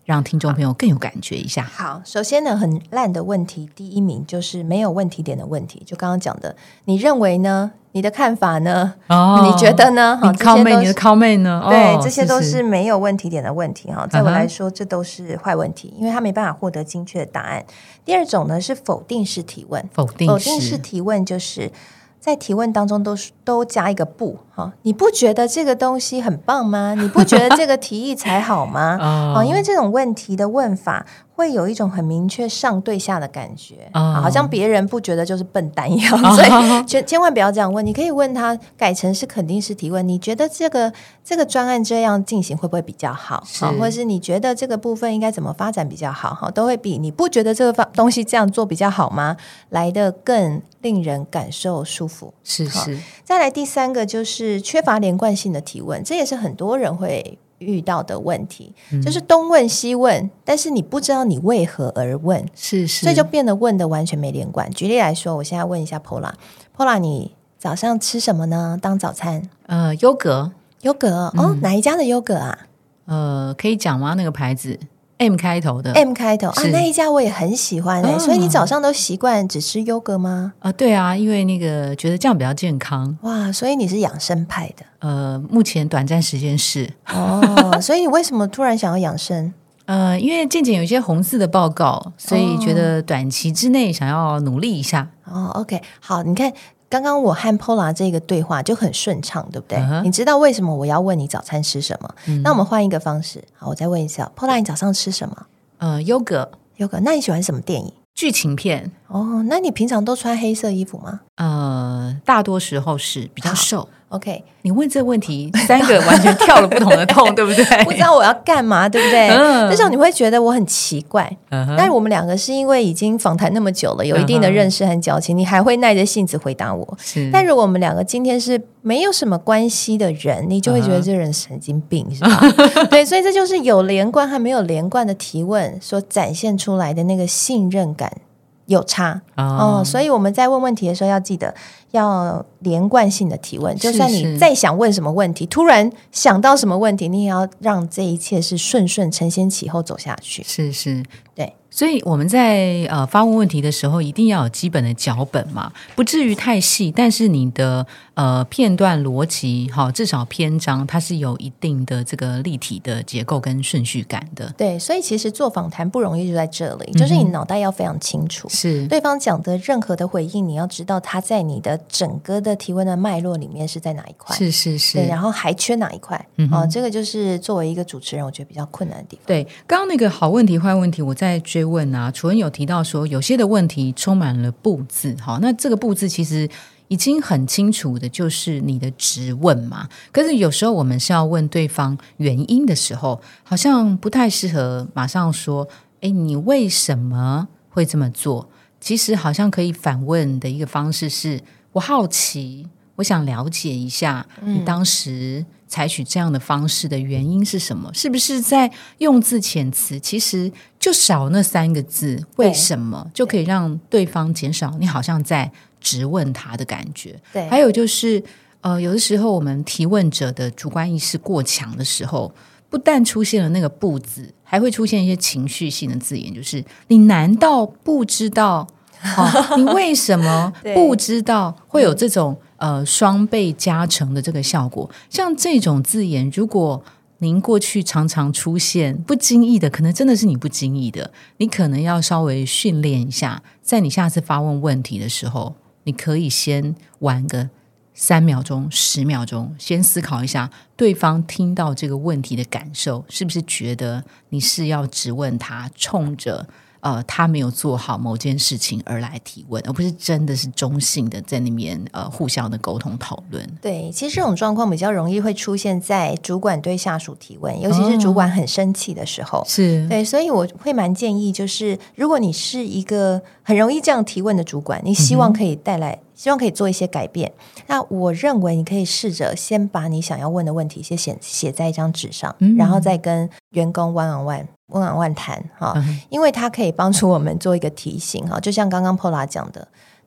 让听众朋友更有感觉一下。 好，首先呢，很烂的问题第一名就是没有问题点的问题，就刚刚讲的，你认为呢？你的看法呢？你觉得呢？ 你的 comment 呢？ 对，这些都是没有问题点的问题哈。在我来说，这都是坏问题，因为他没办法获得精确的答案。第二种呢是否定式提问， 否定式提问就是在提问当中都加一个不哈，你不觉得这个东西很棒吗？你不觉得这个提议才好吗？因为这种问题的问法会有一种很明确上对下的感觉，好像别人不觉得就是笨蛋一样，所以千万不要这样问。你可以问他改成是肯定式提问，你觉得这个专案这样进行会不会比较好？或者是你觉得这个部分应该怎么发展比较好？都会比你不觉得这个东西这样做比较好吗来得更令人感受舒服。 是。 再来第三个就是缺乏连贯性的提问，这也是很多人会遇到的问题，就是东问西问，但是你不知道你为何而问， 是， 所以就变得问的完全没连贯。举例来说，我现在问一下 Paula， 你早上吃什么呢？当早餐？ 优格哪一家的优格啊？ 可以讲吗？那个牌子M 开头的 ，M 开头啊，那一家我也很喜欢所以你早上都习惯只吃优格吗？ 对啊，因为那个觉得这样比较健康。 哇，所以你是养生派的？ 目前短暂时间是所以你为什么突然想要养生？ 因为渐渐有一些红字的报告，所以觉得短期之内想要努力一下。 OK， 好，你看刚刚我和 Paula 这个对话就很顺畅，对不对？你知道为什么我要问你早餐吃什么？那我们换一个方式，好，我再问一下 Paula， 你早上吃什么？ 优格。 那你喜欢什么电影？ 剧情片。 那你平常都穿黑色衣服吗？ 大多时候是比较瘦。 OK， 你问这个问题3个完全跳了不同的痛对不对？ 不知道我要干嘛对不对？这时候你会觉得我很奇怪，但是我们两个是因为已经访谈那么久了，有一定的认识和交情，你还会耐着性子回答我。但如果我们两个今天是没有什么关系的人，你就会觉得这人神经病是吧？对，所以这就是有连贯和没有连贯的提问所展现出来的那个信任感有差所以我们在问问题的时候要记得要连贯性的提问，就算你再想问什么问题，突然想到什么问题，你也要让这一切是顺承先启后走下去。 是， 对。 所以我们在发问问题的时候一定要有基本的脚本嘛，不至于太细，但是你的片段逻辑至少篇章它是有一定的这个立体的结构跟顺序感的。 对，所以其实做访谈不容易就在这里，就是你脑袋要非常清楚， 是对方讲的任何的回应，你要知道他在你的整个的提问的脉络里面是在哪一块， 是， 对，然后还缺哪一块这个就是作为一个主持人我觉得比较困难的地方。 对，刚刚那个好问题坏问题我在追问啊，楚恩有提到说有些的问题充满了不字，那这个不字其实已经很清楚的就是你的质问嘛，可是有时候我们是要问对方原因的时候，好像不太适合马上说你为什么会这么做，其实好像可以反问的一个方式是，我好奇，我想了解一下你当时采取这样的方式的原因是什么，是不是在用字遣词其实就少那3个字为什么，就可以让对方减少你好像在质问他的感觉。 对， 还有就是有的时候我们提问者的主观意识过强的时候，不但出现了那个不字，还会出现一些情绪性的字眼，就是你难道不知道你为什么不知道，会有这种双倍加成的这个效果。像这种字眼，如果您过去常常出现不经意的，可能真的是你不经意的，你可能要稍微训练一下，在你下次发问问题的时候，你可以先玩个3秒钟10秒钟，先思考一下对方听到这个问题的感受，是不是觉得你是要质问他冲着他没有做好某件事情而来提问，而不是真的是中性的在那边互相的沟通讨论。 对，其实这种状况比较容易会出现在主管对下属提问，尤其是主管很生气的时候。 是， 对，所以我会蛮建议，就是如果你是一个很容易这样提问的主管，你希望可以带来希望可以做一些改变，那我认为你可以试着先把你想要问的问题先写在一张纸上，然后再跟员工 one on one 谈因为它可以帮助我们做一个提醒就像刚刚 Paula 讲的，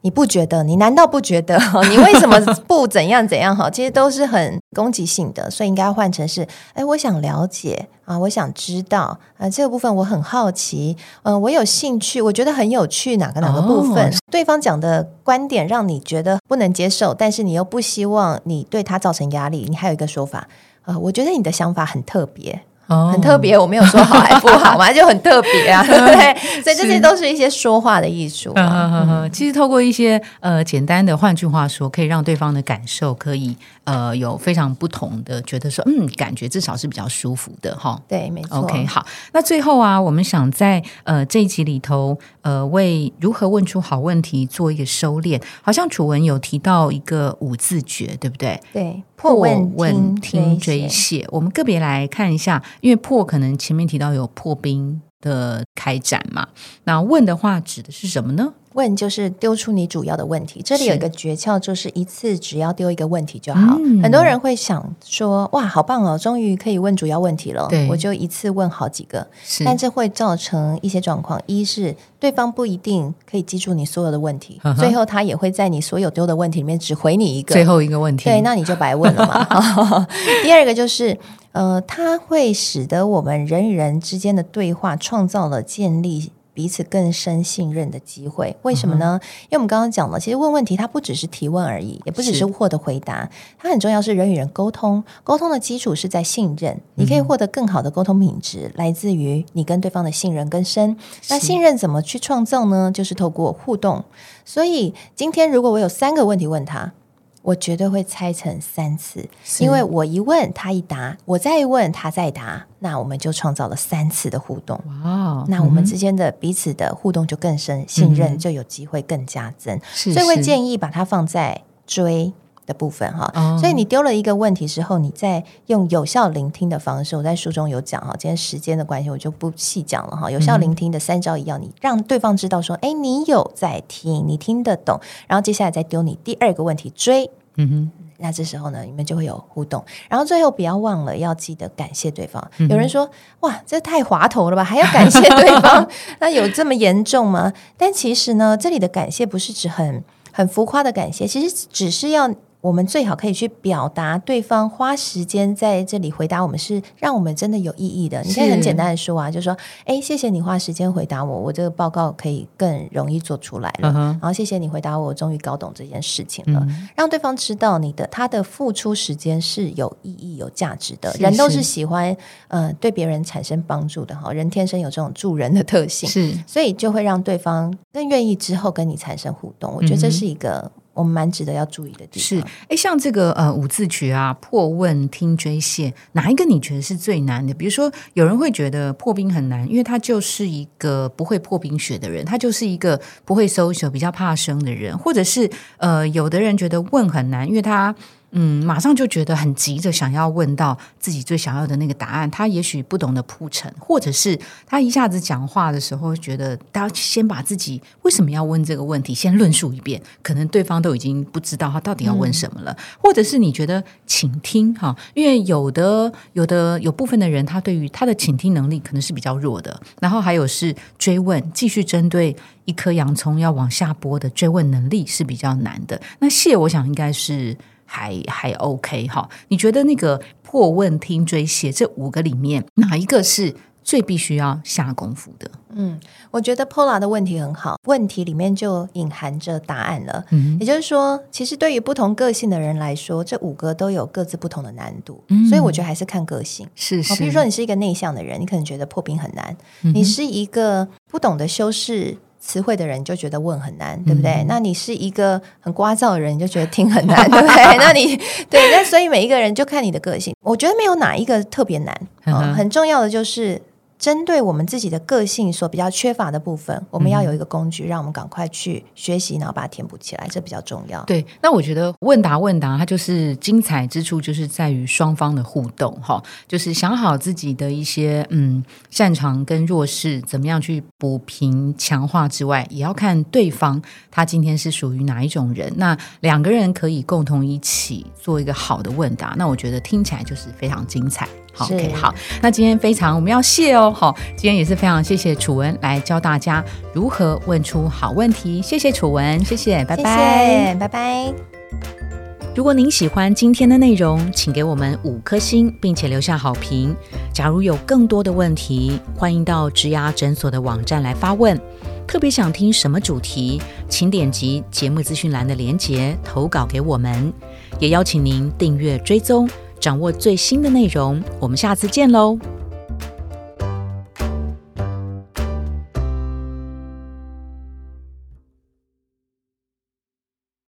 你不觉得？你难道不觉得？你为什么不怎样怎样？其实都是很攻击性的，所以应该换成是，我想了解啊，我想知道这个部分我很好奇，我有兴趣，我觉得很有趣，哪个部分？对方讲的观点让你觉得不能接受，但是你又不希望你对他造成压力，你还有一个说法，我觉得你的想法很特别。很特别，我没有说好还不好嘛，就很特别啊，对不对？所以这些都是一些说话的艺术其实透过一些简单的，换句话说，可以让对方的感受可以有非常不同的，觉得说感觉至少是比较舒服的哈。 对，没错。 OK， 好，那最后啊，我们想在这一集里头为如何问出好问题做一个收敛。好像楚文有提到一个5字诀，对不对？ 对， 破问听追谢，我们个别来看一下。因为破可能前面提到有破冰的开展嘛，那问的话指的是什么呢？ 问就是丢出你主要的问题，这里有一个诀窍，就是一次只要丢一个问题就好。很多人会想说，哇，好棒哦，终于可以问主要问题了，我就一次问好几个，但这会造成一些状况。一是对方不一定可以记住你所有的问题，最后他也会在你所有丢的问题里面只回你一个最后一个问题， 对，那你就白问了嘛。第二个就是它会使得我们人与人之间的对话创造了建立彼此更深信任的机会。为什么呢？因为我们刚刚讲了，其实问问题它不只是提问而已，也不只是获得回答，它很重要是人与人沟通，沟通的基础是在信任。你可以获得更好的沟通品质，来自于你跟对方的信任更深。那信任怎么去创造呢？就是透过互动。所以今天如果我有3个问题问他，我绝对会拆成3次，因为我一问他一答，我再一问他再答，那我们就创造了3次的互动。哇，那我们之间的彼此的互动就更深，信任就有机会更加增。所以会建议把它放在追的部分哈。所以你丢了一个问题之后，你再用有效聆听的方式，我在书中有讲哈，今天时间的关系我就不细讲了哈。有效聆听的3招1要你让对方知道说，你有在听，你听得懂，然后接下来再丢你第2个问题追。那这时候呢，你们就会有互动，然后最后不要忘了要记得感谢对方。有人说，哇，这太滑头了吧，还要感谢对方那有这么严重吗？但其实呢，这里的感谢不是指很浮夸的感谢，其实只是要我们最好可以去表达对方花时间在这里回答我们，是让我们真的有意义的。你可以很简单的说啊，就说谢谢你花时间回答我，我这个报告可以更容易做出来了。然后谢谢你回答我，我终于搞懂这件事情了。让对方知道他的付出时间是有意义有价值的。人都是喜欢对别人产生帮助的，人天生有这种助人的特性，所以就会让对方更愿意之后跟你产生互动。我觉得这是一个我们蛮值得要注意的地方。 是，像这个5字诀啊，破问听追谢，哪一个你觉得是最难的？比如说有人会觉得破冰很难，因为他就是一个不会破冰雪的人，他就是一个不会 social 比较怕生的人，或者是有的人觉得问很难，因为他马上就觉得很急着想要问到自己最想要的那个答案，他也许不懂得铺陈，或者是他一下子讲话的时候觉得他先把自己为什么要问这个问题先论述一遍，可能对方都已经不知道他到底要问什么了。或者是你觉得倾听因为有部分的人他对于他的倾听能力可能是比较弱的，然后还有是追问，继续针对一颗洋葱要往下剥的追问能力是比较难的。那谢我想应该是还 OK 哈。你觉得那个破问听追谢这5个里面哪一个是最必须要下功夫的？ 我觉得 Paula 的问题很好，问题里面就隐含着答案了。也就是说，其实对于不同个性的人来说，这5个都有各自不同的难度。所以我觉得还是看个性。 是比如说你是一个内向的人，你可能觉得破冰很难。你是一个不懂得修饰词汇的人，就觉得问很难，对不对？那你是一个很聒噪的人，你就觉得听很难，对不对？那所以每一个人就看你的个性。我觉得没有哪一个特别难。很重要的就是针对我们自己的个性所比较缺乏的部分，我们要有一个工具让我们赶快去学习，然后把它填补起来，这比较重要。 对，那我觉得问答它就是精彩之处就是在于双方的互动就是想好自己的一些擅长跟弱势怎么样去补平强化之外，也要看对方他今天是属于哪一种人，那2个人可以共同一起做一个好的问答，那我觉得听起来就是非常精彩。 好 ，OK， 好，那今天我们要谢哦，好，今天也是非常谢谢楚文来教大家如何问出好问题，谢谢楚文，谢谢，拜拜， 谢谢，拜拜。 如果您喜欢今天的内容，请给我们5颗星，并且留下好评。假如有更多的问题，欢迎到职涯诊所的网站来发问。特别想听什么主题，请点击节目资讯栏的连结投稿给我们。也邀请您订阅追踪，掌握最新的内容。我们下次见喽。